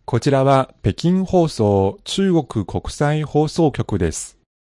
こちらは北京放送中国国際放送局です。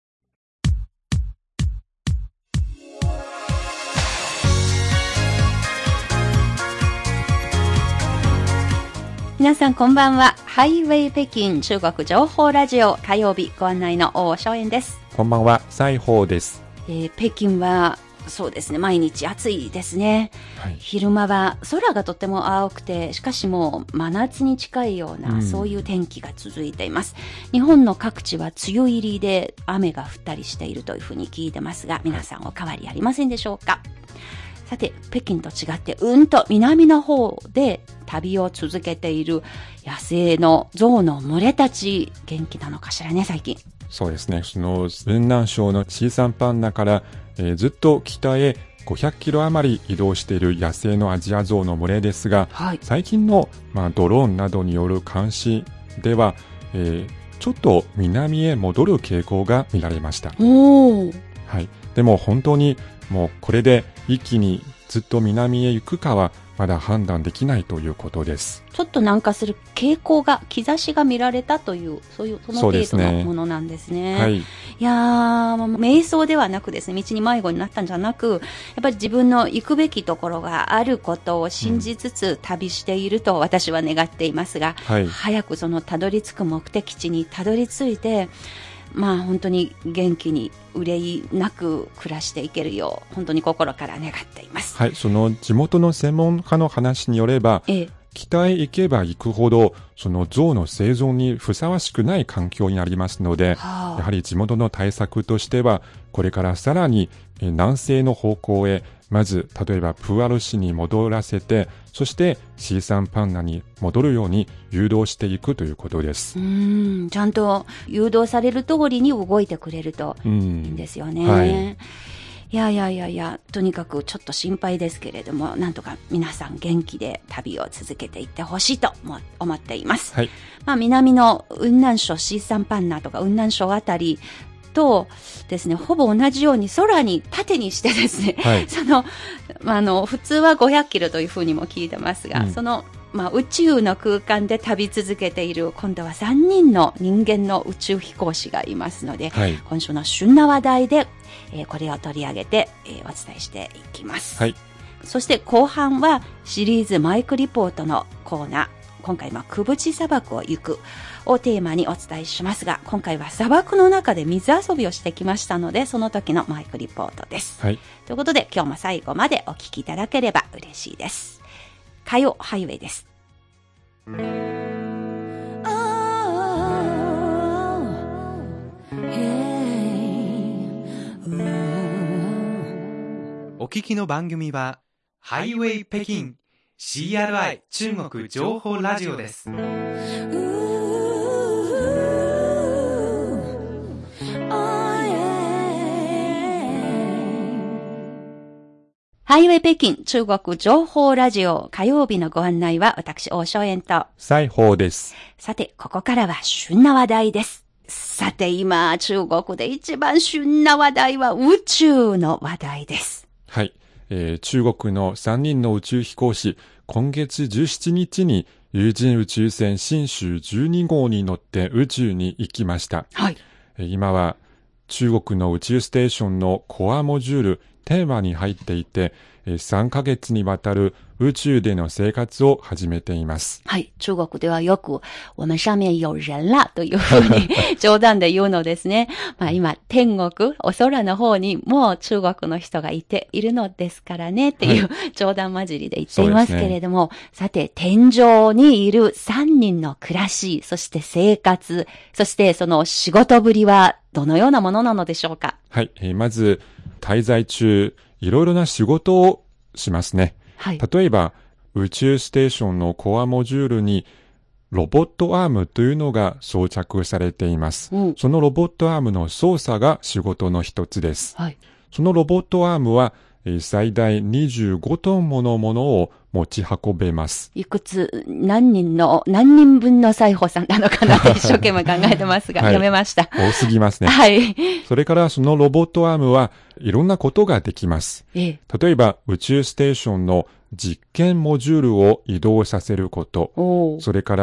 皆さんこんばんは。ハイウェイ北京中国情報ラジオ火曜日ご案内の王昭燕です。 こんばんは、西宝です。 北京はそうですね、毎日暑いですね、はい、昼間は空がとっても青くて、しかしもう真夏に近いような、そういう天気が続いています。日本の各地は梅雨入りで雨が降ったりしているというふうに聞いてますが、皆さんお変わりありませんでしょうか。さて、北京と違ってと南の方で旅を続けている野生の象の群れたち、元気なのかしらね、最近。 そうですね、その雲南省の小さなパンダから、ずっと北へ500キロ余り移動している野生のアジアゾウの群れですが、はい、最近の、ドローンなどによる監視では、ちょっと南へ戻る傾向が見られました。はい、でも本当にもうこれで一気にずっと南へ行くかはまだ判断できないということです。 ちょっと南下する傾向が、兆しが見られたという、その程度のものなんですね。はい、いやー、瞑想ではなくですね、道に迷子になったんじゃなく、やっぱり自分の行くべきところがあることを信じつつ旅していると私は願っていますが、早くそのたどり着く目的地にたどり着いて、本当に元気に憂いなく暮らしていけるよう、本当に心から願っています。 はい、その地元の専門家の話によれば、北へ行けば行くほどその象の生存にふさわしくない環境になりますので、やはり地元の対策としては、これからさらに南西の方向へ、まず例えばプーアル市に戻らせて、そしてシーサンパンナに戻るように誘導していくということです。 ちゃんと誘導される通りに動いてくれるといいんですよね。はい、いや、とにかくちょっと心配ですけれども、なんとか皆さん元気で旅を続けていってほしいと思っています。はい、南の雲南省シーサンパンナとか雲南省あたりとですね、ほぼ同じように空に縦にしてですね、はい、普通は500キロというふうにも聞いてますが、宇宙の空間で旅続けている、今度は3人の人間の宇宙飛行士がいますので、はい、今週の旬な話題で、これを取り上げて、お伝えしていきます。はい、そして後半はシリーズマイクリポートのコーナー、今回クブチ砂漠を行くをテーマにお伝えしますが、今回は砂漠の中で水遊びをしてきましたので、その時のマイクリポートです。はい、ということで今日も最後までお聞きいただければ嬉しいです。火曜ハイウェイです。 お聞きの番組はハイウェイ北京 CRI 中国情報ラジオです。 ハイウェイ北京中国情報ラジオ火曜日のご案内は私、王昭燕と西宝です。 さて、ここからは旬な話題です。さて、今、中国で一番旬な話題は宇宙の話題です。 はい。中国の3人の宇宙飛行士、今月17日に有人宇宙船神舟12号に乗って宇宙に行きました。はい。今は中国の宇宙ステーションのコアモジュールテーマに入っていて、3ヶ月にわたる宇宙での生活を始めています。 はい。中国ではよく、我们上面有人了というふうに冗談で言うのですね。今、天国、お空の方にもう中国の人がいるのですからねっていう、冗談交じりで言っていますけれども、さて、天上にいる3人の暮らし、そして生活、そしてその仕事ぶりはどのようなものなのでしょうか。 はい。まず、滞在中、いろいろな仕事をしますね。はい、例えば、宇宙ステーションのコアモジュールにロボットアームというのが装着されています。そのロボットアームの操作が仕事の一つです。はい、そのロボットアームは最大25トンものものを持ち運べます。 いくつ、何人分の西宝さんなのかなって一生懸命考えてますが、読めました。 多すぎますね。 はい。 それからそのロボットアームはいろんなことができます。例えば宇宙ステーションの実験モジュールを移動させること、それから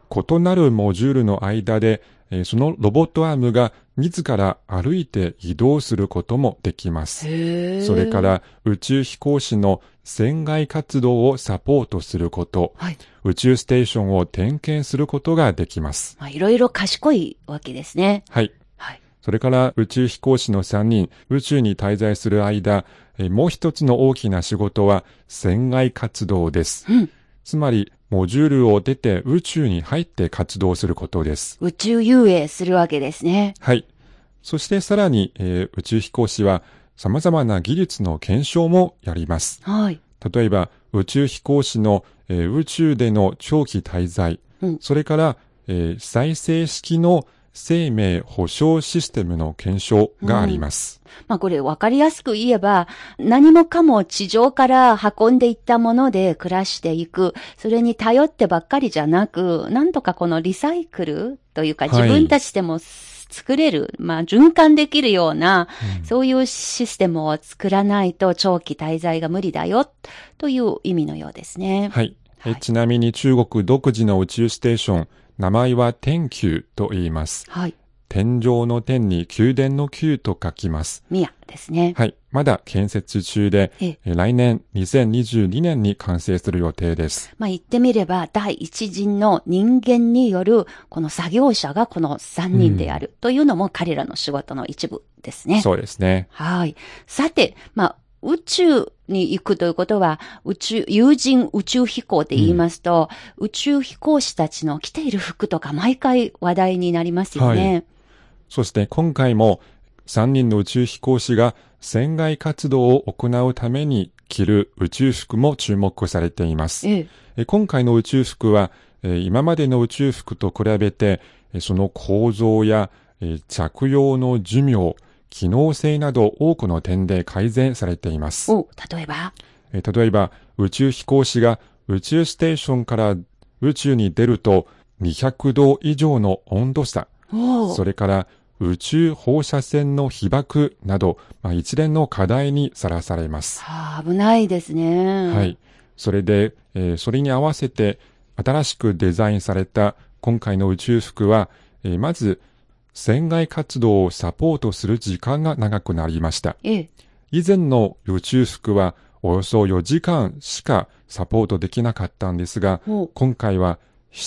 異なるモジュールの間で、そのロボットアームが自ら歩いて移動することもできます。それから宇宙飛行士の船外活動をサポートすること、はい、宇宙ステーションを点検することができます。 いろいろ賢いわけですね。 はい。はい、それから宇宙飛行士の3人、宇宙に滞在する間、もう一つの大きな仕事は船外活動です。つまり、モジュールを出て宇宙に入って活動することです。 宇宙遊泳するわけですね。 はい。そしてさらに、宇宙飛行士は様々な技術の検証もやります。はい。例えば、宇宙飛行士の、宇宙での長期滞在、それから、再生式の生命保障システムの検証があります。 これ分かりやすく言えば、何もかも地上から運んでいったもので暮らしていく、それに頼ってばっかりじゃなく、なんとかこのリサイクルというか自分たちでも作れる、循環できるような、そういうシステムを作らないと長期滞在が無理だよ、という意味のようですね。 はい。ちなみに中国独自の宇宙ステーション、名前は天宮と言います。はい。天上の天に宮殿の宮と書きます。 宮ですね。 はい。まだ建設中で、来年2022年に完成する予定です。 言ってみれば、第一陣の人間による、この作業者がこの3人である、というのも彼らの仕事の一部ですね。 そうですね。 はい。さて、宇宙に行くということは、有人宇宙飛行で言いますと、宇宙飛行士たちの着ている服とか毎回話題になりますよね。はい、 そして今回も3人の宇宙飛行士が船外活動を行うために着る宇宙服も注目されています。今回の宇宙服は、今までの宇宙服と比べて、その構造や、着用の寿命、機能性など多くの点で改善されています。 例えば、宇宙飛行士が宇宙ステーションから宇宙に出ると200度以上の温度差、それから宇宙放射線の被曝など、一連の課題にさらされます。 危ないですね。 はい。それで、それに合わせて新しくデザインされた今回の宇宙服は、まず、船外活動をサポートする時間が長くなりました。以前の宇宙服はおよそ4時間しかサポートできなかったんですが、今回は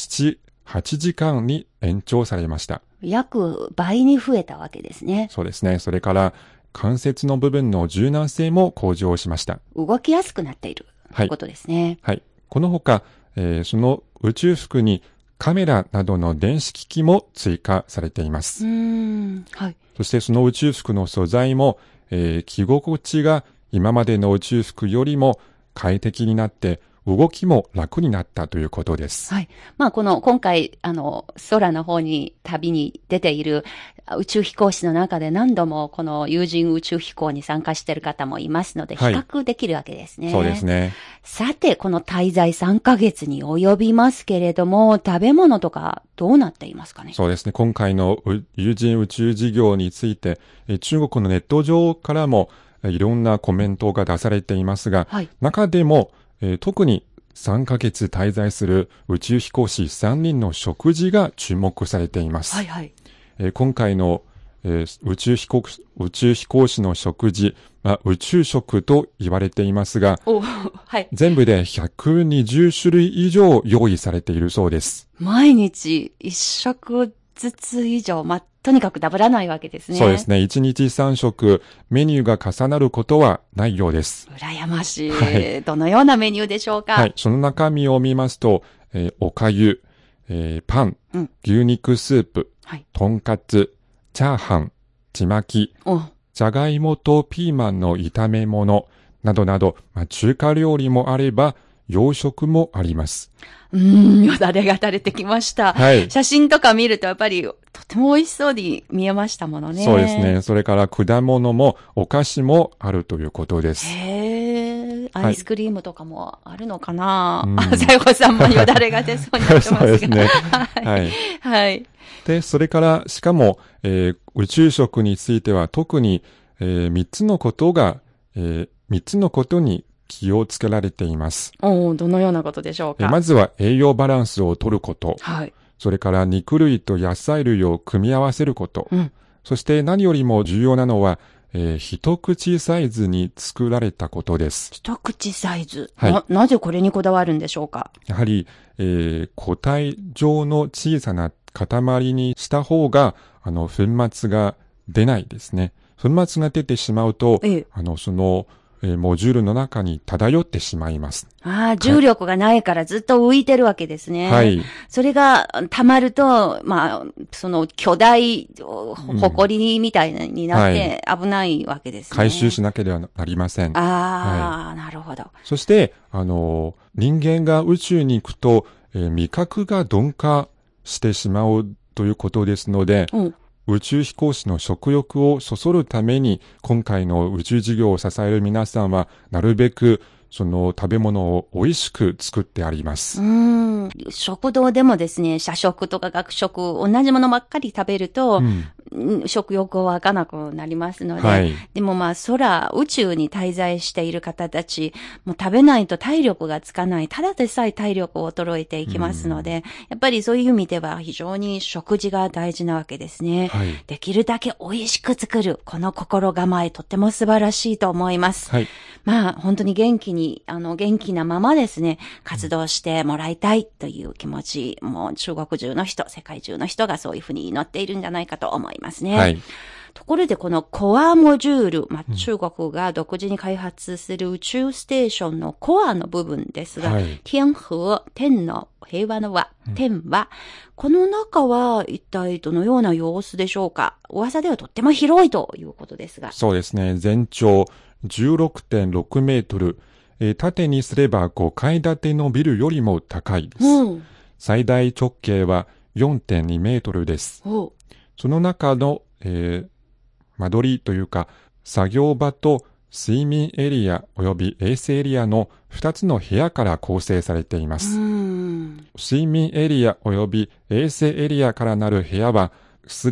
7、8時間に延長されました。 約倍に増えたわけですね。 そうですね。それから関節の部分の柔軟性も向上しました。 動きやすくなっているということですね。 はい。このほか、その宇宙服にカメラなどの電子機器も追加されています。はい。そしてその宇宙服の素材も、着心地が今までの宇宙服よりも快適になって動きも楽になったということです。 はい。今回、空の方に旅に出ている宇宙飛行士の中で何度もこの有人宇宙飛行に参加している方もいますので、比較できるわけですね。 そうですね。 さて、この滞在3ヶ月に及びますけれども、食べ物とかどうなっていますかね。 そうですね。今回の有人宇宙事業について、中国のネット上からもいろんなコメントが出されていますが、中でも特に3ヶ月滞在する宇宙飛行士3人の食事が注目されています。今回の、宇宙飛行士の食事、宇宙食と言われていますが、全部で120種類以上用意されているそうです。 毎日1食ずつ以上、とにかくダブらないわけですね。 そうですね。1日3食、メニューが重なることはないようです。 羨ましい。どのようなメニューでしょうか。 その中身を見ますと、おかゆ、パン、牛肉スープ、とんかつ、チャーハン、ちまき、じゃがいもとピーマンの炒め物、などなど、中華料理もあれば、洋食もあります。 よだれが垂れてきました。写真とか見るとやっぱりとても美味しそうに見えましたものね。 そうですね。それから果物もお菓子もあるということです。 アイスクリームとかもあるのかな。西郷さんもよだれが出そうになってますが。 そうですね。で、それからしかも、宇宙食については特に、3つのことに気をつけられています。 どのようなことでしょうか。 まずは栄養バランスを取ること。 それから肉類と野菜類を組み合わせること。そして何よりも重要なのは、一口サイズに作られたことです。 一口サイズ。なぜこれにこだわるんでしょうか？ やはり、固体状の小さな塊にした方が、粉末が出ないですね。粉末が出てしまうと、その、モジュールの中に漂ってしまいます。 重力がないからずっと浮いてるわけですね。はい。それが溜まると、その巨大、埃みたいになって危ないわけですね。 回収しなければなりません。 なるほど。 そして、人間が宇宙に行くと、味覚が鈍化してしまうということですので、宇宙飛行士の食欲をそそるために、今回の宇宙事業を支える皆さんは、なるべくその食べ物を美味しく作ってあります。 食堂でもですね、社食とか学食、同じものばっかり食べると、食欲を湧かなくなりますので、でも宇宙に滞在している方たち、もう食べないと体力がつかない、ただでさえ体力を衰えていきますので、やっぱりそういう意味では非常に食事が大事なわけですね。できるだけ美味しく作る、この心構えとっても素晴らしいと思います。本当に元気なままですね、活動してもらいたいという気持ち、もう中国中の人、世界中の人がそういうふうに祈っているんじゃないかと思いますね。ところでこのコアモジュール、中国が独自に開発する宇宙ステーションのコアの部分ですが、天和、天の平和の和、天は、この中は一体どのような様子でしょうか？噂ではとっても広いということですが。 そうですね。全長 16.6 メートル。縦にすれば5階建てのビルよりも高いです。最大直径は 4.2 メートルです。その中の、間取りというか作業場と睡眠エリア及び衛生エリアの2つの部屋から構成されています。睡眠エリア及び衛生エリアからなる部屋は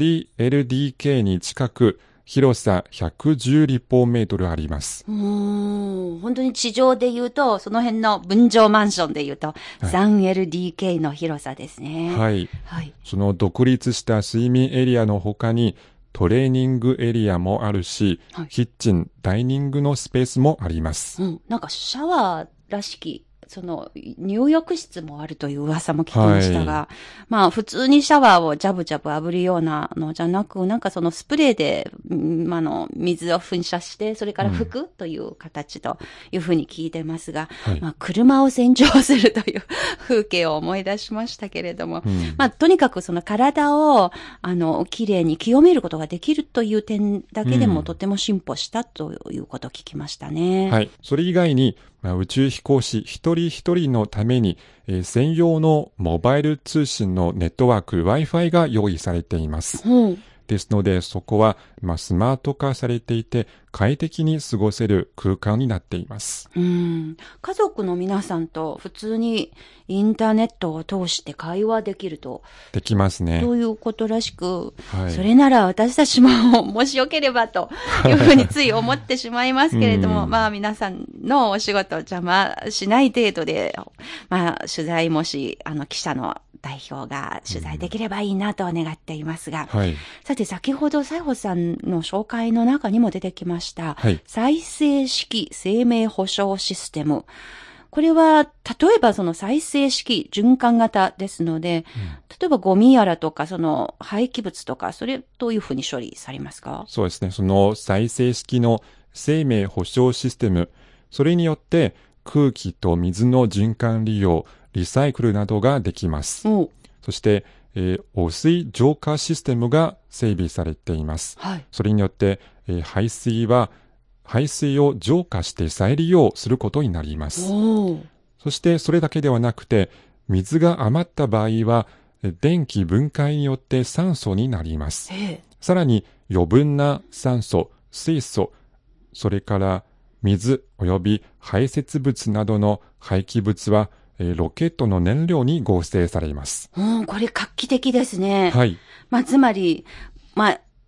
3LDK に近く広さ110立方メートルあります。 本当に地上で言うと、その辺の分譲マンションで言うと、3LDK の広さですね。 その独立した睡眠エリアの他に、トレーニングエリアもあるし、キッチン、ダイニングのスペースもあります。 なんかシャワーらしき、その入浴室もあるという噂も聞きましたが、普通にシャワーをジャブジャブ浴びるようなのじゃなく、なんかそのスプレーで、水を噴射して、それから拭くという形というふうに聞いてますが、車を洗浄するという風景を思い出しましたけれども、とにかくその体を、きれいに清めることができるという点だけでもとても進歩したということを聞きましたね。 それ以外に、宇宙飛行士一人一人のために、専用のモバイル通信のネットワーク Wi-Fi が用意されています。ですのでそこは、スマート化されていて快適に過ごせる空間になっています。 家族の皆さんと普通にインターネットを通して会話できると。 できますね。 ということらしく、それなら私たちももしよければというふうについ思ってしまいますけれども、皆さんのお仕事を邪魔しない程度で、取材もし、記者の代表が取材できればいいなと願っていますが、さて先ほど西郷さんの紹介の中にも出てきました、再生式生命保障システム。これは例えばその再生式循環型ですので、例えばゴミやらとかその廃棄物とか、それどういうふうに処理されますか？ そうですね。その再生式の生命保障システム、それによって空気と水の循環利用、リサイクルなどができます。そして、汚水浄化システムが整備されています。それによって、排水を浄化して再利用することになります。そしてそれだけではなくて、水が余った場合は電気分解によって酸素になります。さらに余分な酸素、水素、それから水及び排泄物などの廃棄物はロケットの燃料に合成されます。 これ画期的ですね。つまり、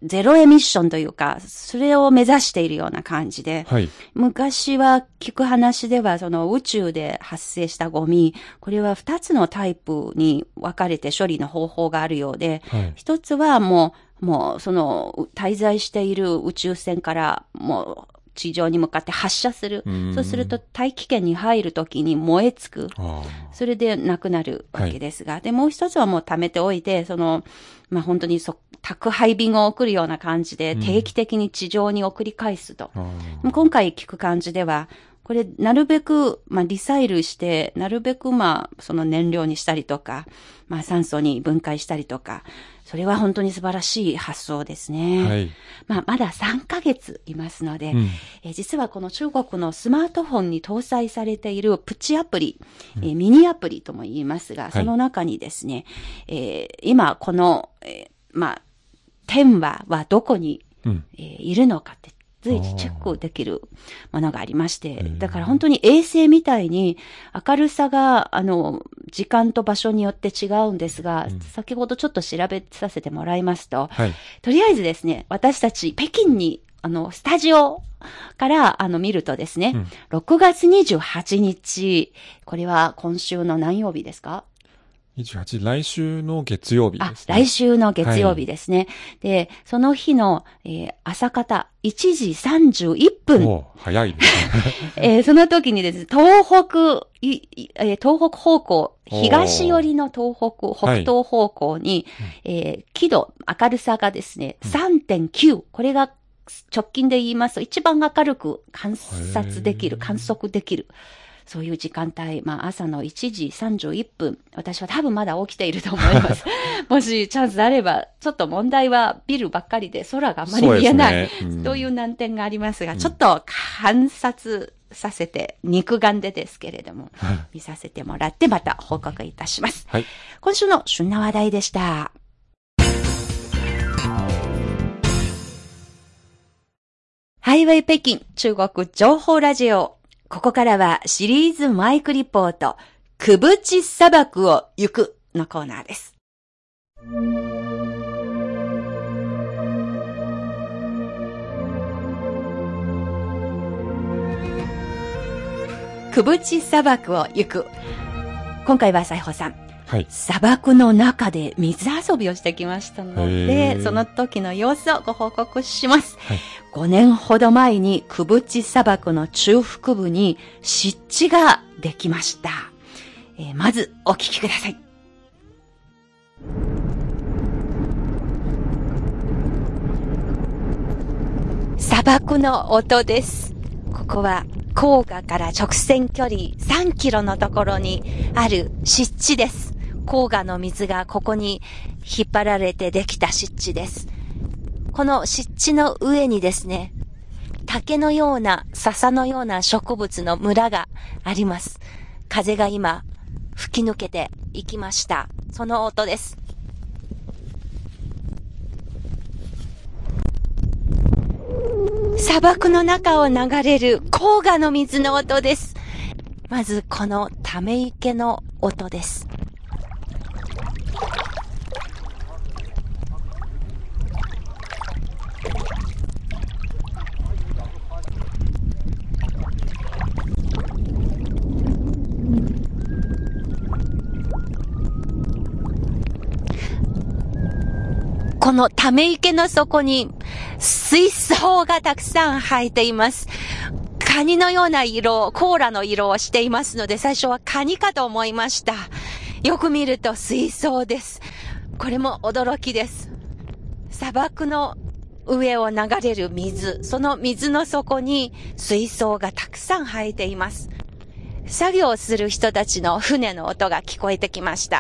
ゼロエミッションというか、それを目指しているような感じで、 はい、 昔は聞く話では、その宇宙で発生したゴミ、これは2つのタイプに分かれて処理の方法があるようで、 はい、 一つはもうその滞在している宇宙船からもう地上に向かって発射する。そうすると大気圏に入るときに燃え尽く。それでなくなるわけですが。はい、で、もう一つはもう貯めておいて、本当に宅配便を送るような感じで定期的に地上に送り返すと。今回聞く感じでは、これ、なるべく、リサイルして、なるべく、その燃料にしたりとか、酸素に分解したりとか、それは本当に素晴らしい発想ですね。はい。まだ3ヶ月いますので、実はこの中国のスマートフォンに搭載されているプチアプリ、ミニアプリとも言いますが、その中にですね、今この、天はどこに、いるのかって随時チェックできるものがありまして、だから本当に衛星みたいに明るさが、時間と場所によって違うんですが、先ほどちょっと調べさせてもらいますと、とりあえずですね、私たち北京に、スタジオから見るとですね、6月28日、これは今週の何曜日ですか ？28、来週の月曜日ですね。 来週の月曜日ですね。はい、で、その日の、朝方、1時31分。 早いですね。その時にですね、東北方向、東寄りの東北、北東方向に、輝度、明るさがですね、3.9。これが直近で言いますと、一番明るく観測できる。そういう時間帯、朝の1時31分。私は多分まだ起きていると思います。もしチャンスあれば、ちょっと問題はビルばっかりで空があまり見えない、という難点がありますが、ちょっと観察させて、肉眼でですけれども、見させてもらってまた報告いたします。はい、今週の旬な話題でした。ハイウェイ北京中国情報ラジオ。ここからはシリーズマイクリポート、クブチ砂漠を行くのコーナーです。クブチ砂漠を行く。今回は西穂さん。はい、砂漠の中で水遊びをしてきましたので、その時の様子をご報告します。はい、5年ほど前にクブチ砂漠の中腹部に湿地ができました。まずお聞きください。砂漠の音です。ここは黄河から直線距離3キロのところにある湿地です。黄河の水がここに引っ張られてできた湿地です。この湿地の上にですね、竹のような笹のような植物の村があります。風が今吹き抜けていきました。その音です。砂漠の中を流れる黄河の水の音です。まずこのため池の音です。このため池の底に水槽がたくさん生えています。カニのような色、コーラの色をしていますので、最初はカニかと思いました。よく見ると水槽です。これも驚きです。砂漠の上を流れる水、その水の底に水槽がたくさん生えています。作業する人たちの船の音が聞こえてきました。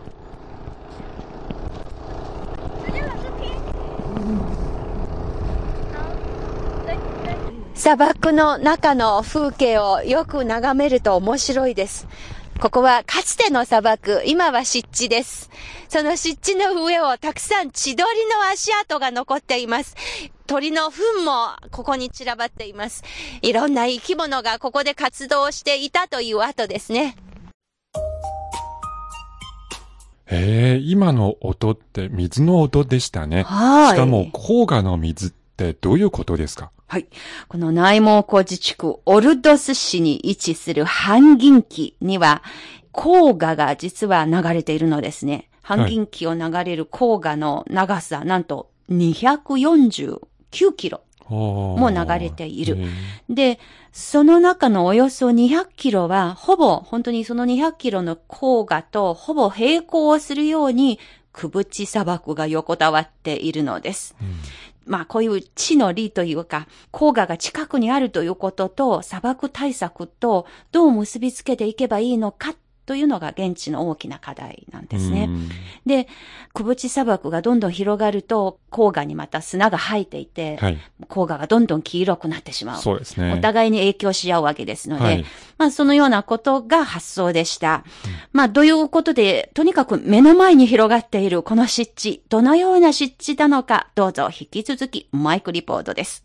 砂漠の中の風景をよく眺めると面白いです。ここはかつての砂漠、今は湿地です。その湿地の上をたくさん千鳥の足跡が残っています。鳥の糞もここに散らばっています。いろんな生き物がここで活動していたという跡ですね。 今の音って水の音でしたね。 はい。 しかも、黄河の水ってどういうことですか？ はい。この内蒙古自治区オルドス市に位置する半銀期には、黄河が実は流れているのですね。半銀期を流れる黄河の長さ、なんと249キロも流れている。で、その中のおよそ200キロは、本当にその200キロの黄河とほぼ平行をするように、クブチ砂漠が横たわっているのです。こういう地の利というか、黄河が近くにあるということと、砂漠対策とどう結びつけていけばいいのかというのが現地の大きな課題なんですね。で、クブチ砂漠がどんどん広がると、黄河にまた砂が生えていて、黄河がどんどん黄色くなってしまう。 そうですね。 お互いに影響し合うわけですので、そのようなことが発想でした。ということで、とにかく目の前に広がっているこの湿地、どのような湿地なのか、どうぞ引き続きマイクリポートです。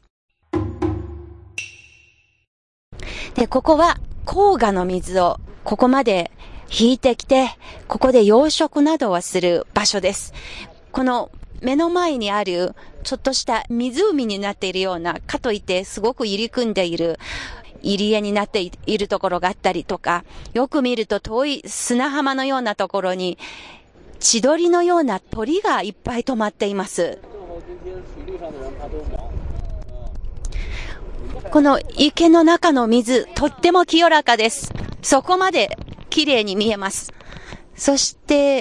で、ここは黄河の水をここまで引いてきて、ここで養殖などをする場所です。この目の前にあるちょっとした湖になっているような、かといってすごく入り組んでいる入り江になっているところがあったりとか、よく見ると遠い砂浜のようなところに千鳥のような鳥がいっぱい止まっています。この池の中の水、とっても清らかです。そこまで綺麗に見えます。そして、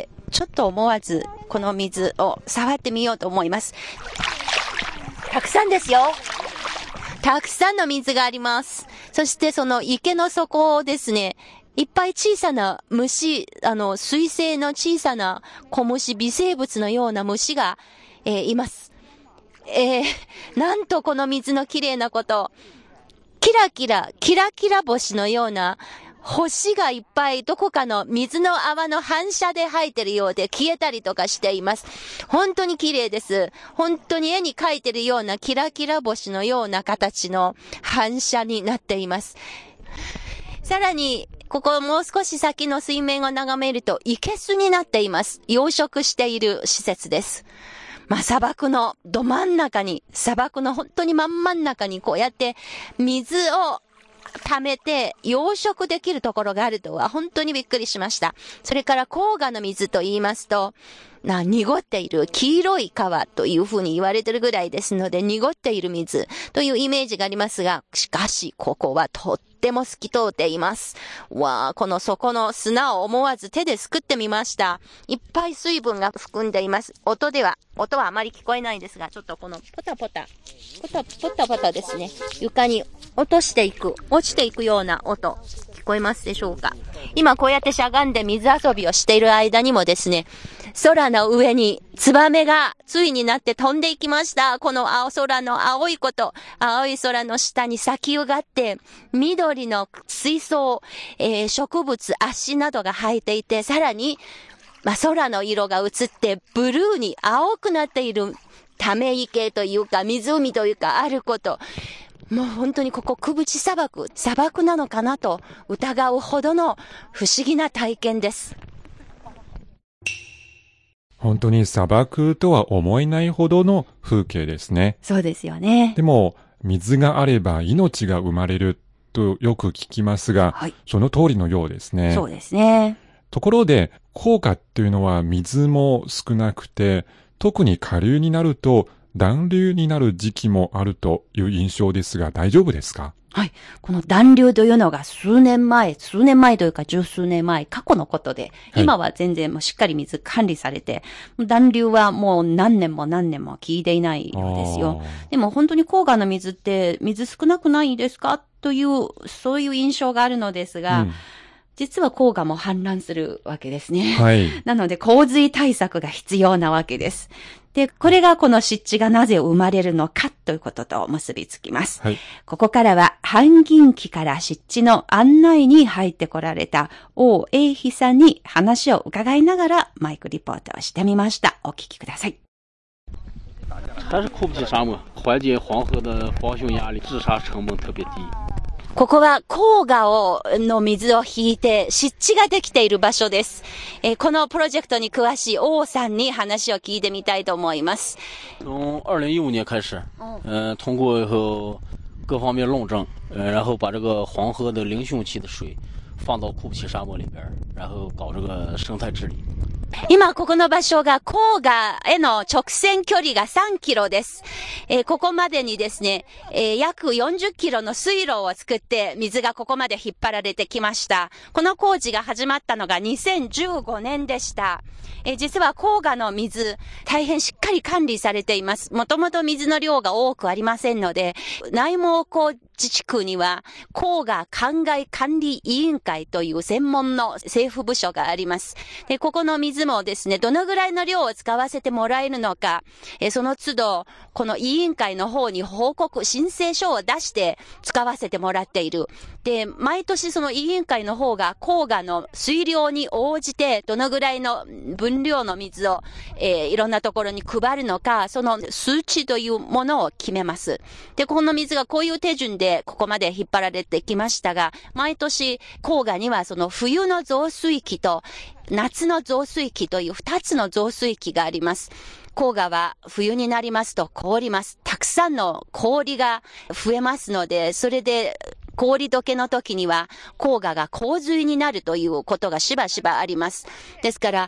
ちょっと思わずこの水を触ってみようと思います。たくさんですよ。たくさんの水があります。そしてその池の底をですね、いっぱい小さな虫、水生の小さな小虫、微生物のような虫が、います。なんとこの水の綺麗なこと。キラキラ星のような星がいっぱいどこかの水の泡の反射で生えてるようで消えたりとかしています。本当に綺麗です。本当に絵に描いてるようなキラキラ星のような形の反射になっています。さらに、ここもう少し先の水面を眺めると、生けすになっています。養殖している施設です。砂漠のど真ん中に、砂漠の本当に真ん中にこうやって水を溜めて養殖できるところがあるとは本当にびっくりしました。それから黄河の水と言いますと、濁っている黄色い川というふうに言われているぐらいですので、濁っている水というイメージがありますが、しかしここはとっても透き通っています。この底の砂を思わず手ですくってみました。いっぱい水分が含んでいます。音はあまり聞こえないんですが、ちょっとこのポタポタですね。床に落ちていくような音、聞こえますでしょうか？今こうやってしゃがんで水遊びをしている間にもですね、空の上にツバメがついになって飛んでいきました。この青空の青い空の下に咲きうがって緑の水草、植物、足などが生えていて、さらに、空の色が映ってブルーに青くなっているため池というか湖というかあること。もう本当にここクブチ砂漠なのかなと疑うほどの不思議な体験です。 本当に砂漠とは思えないほどの風景ですね。 そうですよね。 でも、水があれば命が生まれるとよく聞きますが、その通りのようですね。 そうですね。 ところで、黄河っていうのは水も少なくて、特に下流になると暖流になる時期もあるという印象ですが、大丈夫ですか？ はい。この暖流というのが数年前というか十数年前、過去のことで、今は全然もうしっかり水管理されて、暖流はもう何年も聞いていないようですよ。でも本当に黄河の水って水少なくないですかという、そういう印象があるのですが、実は黄河も氾濫するわけですね。なので洪水対策が必要なわけです。で、これがこの湿地がなぜ生まれるのかということと結びつきます。ここからは半銀期から湿地の案内に入ってこられた王英飛さんに話を伺いながらマイクリポートをしてみました。お聞きください。 它是库布齐沙漠，缓解黄河的防汛压力，治沙成本特别低。 ここは黄河の水を引いて湿地ができている場所です。このプロジェクトに詳しい王さんに話を聞いてみたいと思います。 从2015年开始，通过以后各方面论证，然后把这个黄河的凌汛期的水放到库布齐沙漠里边，然后搞这个生态治理。 今ここの場所が黄河への直線距離が3キロです。ここまでにですね、約40キロの水路を作って水がここまで引っ張られてきました。この工事が始まったのが2015年でした。実は黄河の水、大変しっかり管理されています。もともと水の量が多くありませんので、内蒙古自治区には黄河灌漑管理委員会という専門の政府部署があります。で、ここの水もですね、どのぐらいの量を使わせてもらえるのか、その都度、この委員会の方に申請書を出して使わせてもらっている。で、毎年その委員会の方が黄河の水量に応じてどのぐらいの分量の水を、いろんなところに配るのか、その数値というものを決めます。で、この水がこういう手順でここまで引っ張られてきましたが、毎年黄河にはその冬の増水期と夏の増水期という2つの増水期があります。黄河は冬になりますと凍ります。たくさんの氷が増えますので、それで氷解けの時には黄河が洪水になるということがしばしばあります。ですから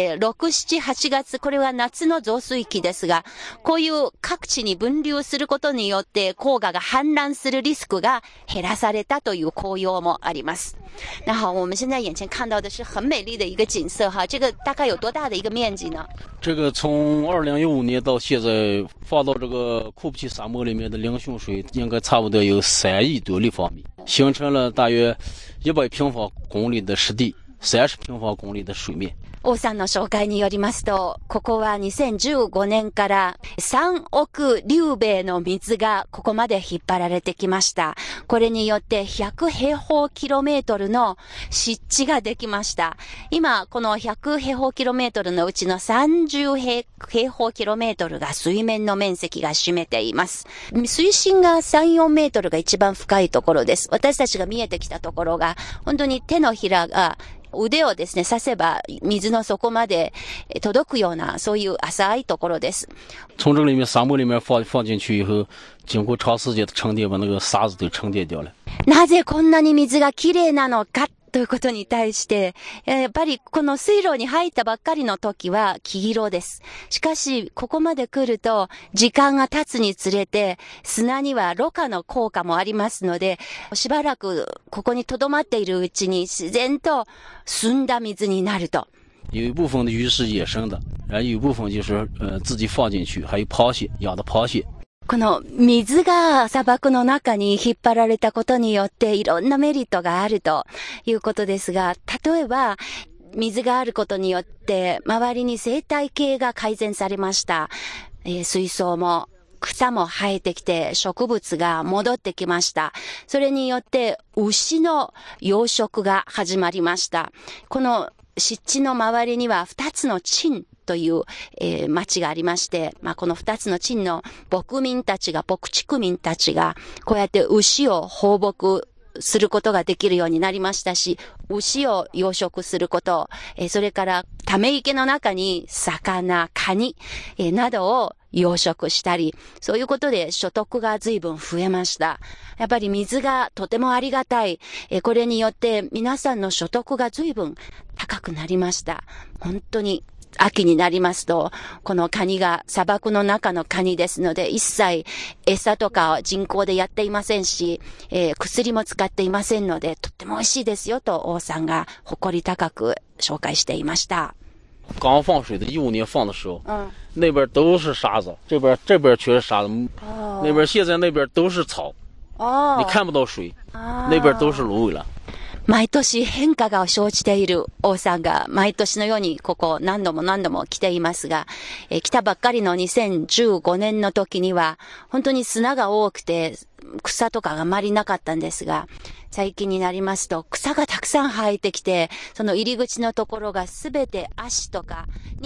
、6、7、8月、これは夏の増水期ですが、こういう各地に分流することによって黄河が氾濫するリスクが減らされたという効用もあります。那好，我们现在眼前看到的是很美丽的一个景色哈，这个大概有多大的一个面积呢？ 这个从2015年到现在放到这个库布齐沙漠里面的凌汛水应该差不多有3亿多立方米，形成了大約100平方公里的湿地，30平方公里的水面。 王さんの紹介によりますと、ここは2015年から3億立米の水がここまで引っ張られてきました。これによって100平方キロメートルの湿地ができました。今、この100平方キロメートルのうちの30平方キロメートルが水面の面積が占めています。水深が3、4メートルが一番深いところです。私たちが見えてきたところが、本当に手のひらが腕をですね、刺せば水の底まで届くような、そういう浅いところです。 从这里面沙漠里面放进去以后，经过长时間的沉淀，把那个沙子都沉淀掉了。 なぜこんなに水がきれいなのかということに対して、やっぱりこの水路に入ったばっかりの時は黄色です。しかし、ここまで来ると、時間が経つにつれて、砂にはろ過の効果もありますので、しばらくここに留まっているうちに自然と澄んだ水になると。 有一部分的鱼是野生的，然后有一部分就是自己放进去，还有螃蟹，养的螃蟹。 この水が砂漠の中に引っ張られたことによっていろんなメリットがあるということですが、例えば水があることによって周りに生態系が改善されました。水槽も草も生えてきて植物が戻ってきました。それによって牛の養殖が始まりました。この湿地の周りには2つの鎮という、町がありまして、この2つの鎮の牧畜民たちが、こうやって牛を放牧することができるようになりましたし、牛を養殖すること、それからため池の中に魚、カニ、などを養殖したり、そういうことで所得が随分増えました。やっぱり水がとてもありがたい。これによって皆さんの所得が随分高くなりました。本当に秋になりますと、このカニが砂漠の中のカニですので、一切餌とか人工でやっていませんし、薬も使っていませんので、とっても美味しいですよと王さんが誇り高く紹介していました。 刚放水的15年放的时候，那边都是沙子，这边全是沙子，那边现在那边都是草，你看不到水，那边都是芦苇了。 毎年変化が生じている王さんが毎年のようにここ何度も来ていますが、来たばっかりの2015年の時には本当に砂が多くて草とかがあまりなかったんですが、最近になりますと草がたくさん生えてきて、その入り口のところがすべて足とかに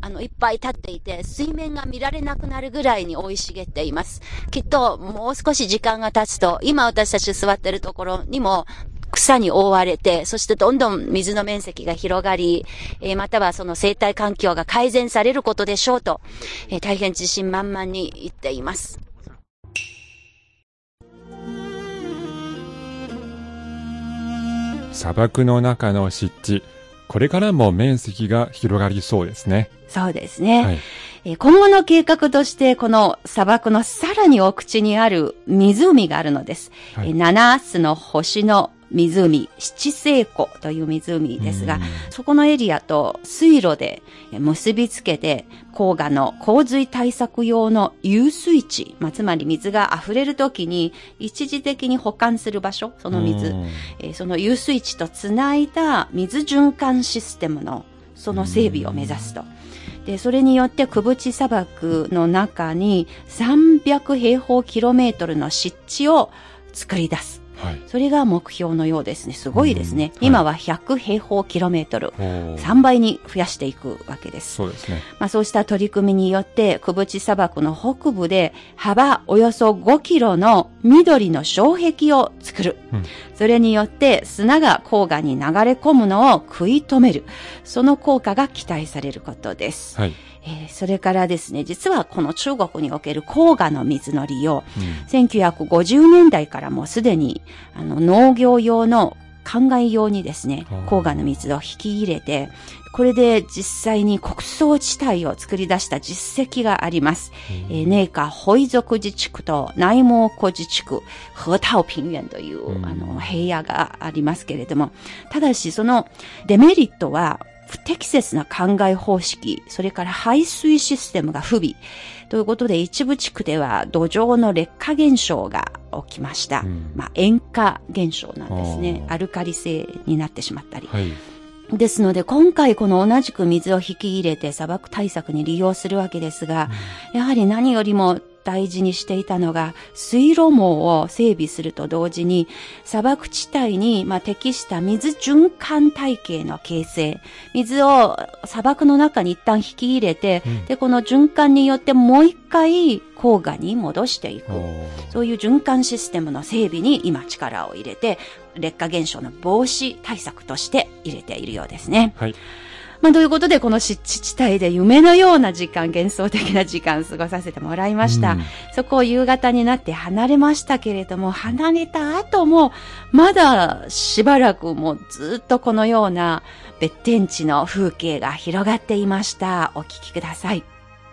いっぱい立っていて、水面が見られなくなるぐらいに生い茂っています。きっと、もう少し時間が経つと、今私たち座ってるところにも、草に覆われて、そしてどんどん水の面積が広がり、またはその生態環境が改善されることでしょうと、大変自信満々に言っています。 砂漠の中の湿地、これからも面積が広がりそうですね。 そうですね。 はい、 今後の計画として、この砂漠のさらに奥地にある湖があるのです。はい、7つの星の湖、七星湖という湖ですが、そこのエリアと水路で結びつけて、黄河の洪水対策用の遊水池、つまり水が溢れるときに一時的に保管する場所、その水、その遊水池とつないだ水循環システムのその整備を目指すと。で、それによってクブチ砂漠の中に300平方キロメートルの湿地を作り出す。はい、それが目標のようですね。すごいですね。今は100平方キロメートル、3倍に増やしていくわけです。 そうですね。 そうした取り組みによって、クブチ砂漠の北部で幅およそ5キロの緑の障壁を作る。それによって砂が黄河に流れ込むのを食い止める。その効果が期待されることです。はい。それからですね、実はこの中国における黄河の水の利用、1950年代からもうすでに農業用の灌漑用にですね、黄河の水を引き入れて、これで実際に穀倉地帯を作り出した実績があります。寧夏回族自治区と内蒙古自治区、河套平原という平野がありますけれども、ただしそのデメリットは、不適切な灌漑方式、それから排水システムが不備ということで、一部地区では土壌の劣化現象が起きました。塩化現象なんですね。アルカリ性になってしまったり。はい、ですので、今回この同じく水を引き入れて砂漠対策に利用するわけですが、やはり何よりも大事にしていたのが水路網を整備すると同時に砂漠地帯に適した水循環体系の形成、水を砂漠の中に一旦引き入れて、でこの循環によってもう一回黄河に戻していく、そういう循環システムの整備に今力を入れて劣化現象の防止対策として入れているようですね。はい。ということで、この湿地地帯で夢のような時間、幻想的な時間過ごさせてもらいました。そこを夕方になって離れましたけれども、離れた後も、まだしばらくもうずっとこのような別天地の風景が広がっていました。お聞きください。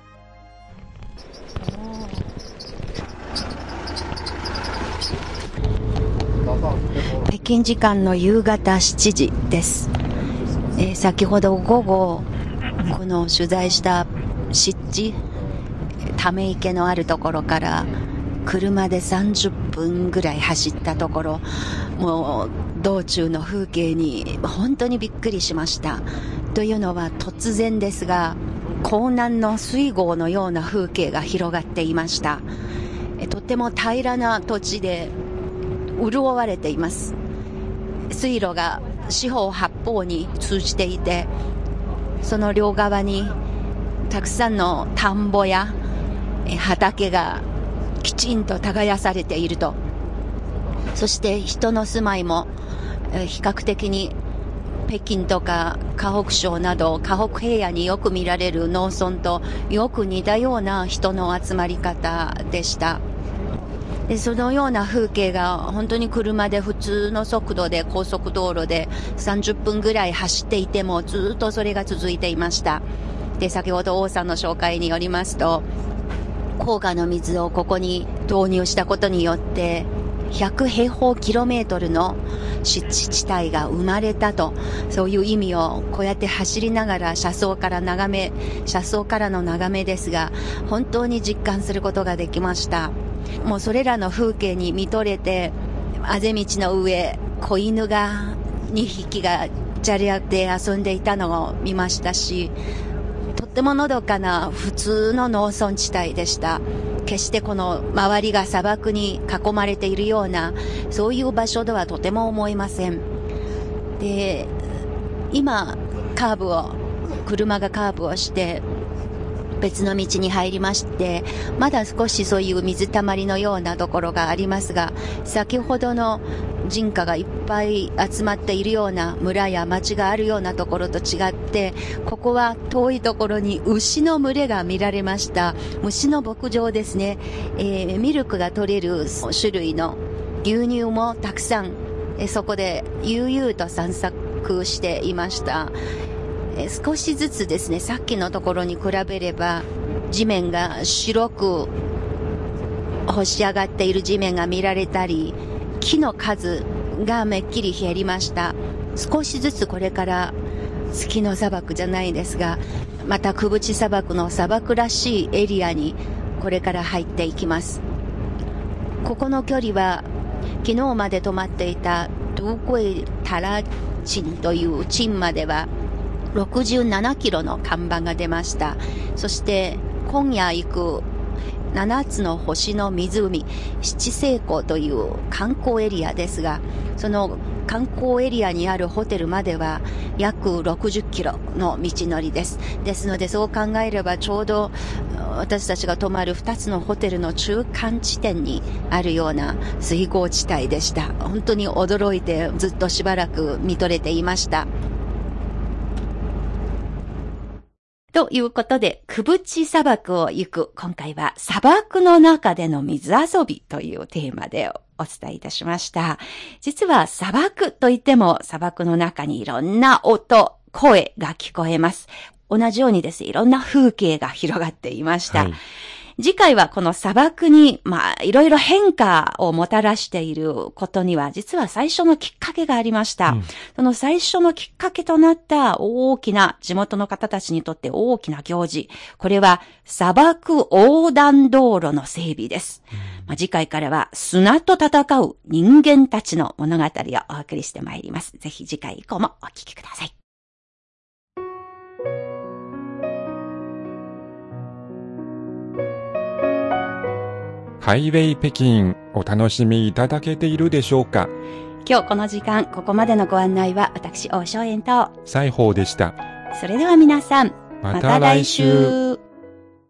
北京時間の夕方7時です。先ほど午後、この取材した湿地、ため池のあるところから車で30分ぐらい走ったところ、もう道中の風景に本当にびっくりしました。というのは突然ですが、江南の水郷のような風景が広がっていました。とても平らな土地で潤われています。水路が四方八方に通じていて、その両側にたくさんの田んぼや畑がきちんと耕されていると。そして人の住まいも比較的に北京とか河北省など河北平野によく見られる農村とよく似たような人の集まり方でした。でそのような風景が本当に車で普通の速度で高速道路で30分ぐらい走っていてもずっとそれが続いていました。で先ほど王さんの紹介によりますと、黄河の水をここに導入したことによって100平方キロメートルの湿地地帯が生まれたと、そういう意味をこうやって走りながら車窓からの眺めですが本当に実感することができました。もうそれらの風景に見とれて、あぜ道の上子犬が2匹がじゃれ合って遊んでいたのを見ましたし、とってものどかな普通の農村地帯でした。決してこの周りが砂漠に囲まれているようなそういう場所ではとても思いません。で今カーブを車がカーブをして別の道に入りまして、まだ少しそういう水たまりのようなところがありますが、先ほどの人家がいっぱい集まっているような村や町があるようなところと違って、ここは遠いところに牛の群れが見られました。牛の牧場ですね。ミルクが取れる種類の牛乳もたくさん、そこで悠々と散策していました。少しずつですね、さっきのところに比べれば地面が白く干し上がっている地面が見られたり、木の数がめっきり減りました。少しずつこれから月の砂漠じゃないですが、またクブチ砂漠の砂漠らしいエリアにこれから入っていきます。ここの距離は昨日まで止まっていたドゥコイタラチンというチンまでは67キロの看板が出ました。そして今夜行く7つの星の湖、七星湖という観光エリアですが、その観光エリアにあるホテルまでは約60キロの道のりです。ですのでそう考えればちょうど私たちが泊まる2つのホテルの中間地点にあるような水郷地帯でした。本当に驚いてずっとしばらく見とれていました。ということで、クブチ砂漠を行く、今回は砂漠の中での水遊びというテーマでお伝えいたしました。実は砂漠といっても砂漠の中にいろんな音、声が聞こえます。同じようにですね、いろんな風景が広がっていました。はい、次回はこの砂漠に、いろいろ変化をもたらしていることには、実は最初のきっかけがありました。その最初のきっかけとなった大きな、地元の方たちにとって大きな行事。これは砂漠横断道路の整備です。次回からは砂と戦う人間たちの物語をお送りしてまいります。ぜひ次回以降もお聞きください。 ハイウェイ北京、お楽しみいただけているでしょうか。 今日この時間、ここまでのご案内は私、王正円と西宝でした。 それでは皆さん、また来週。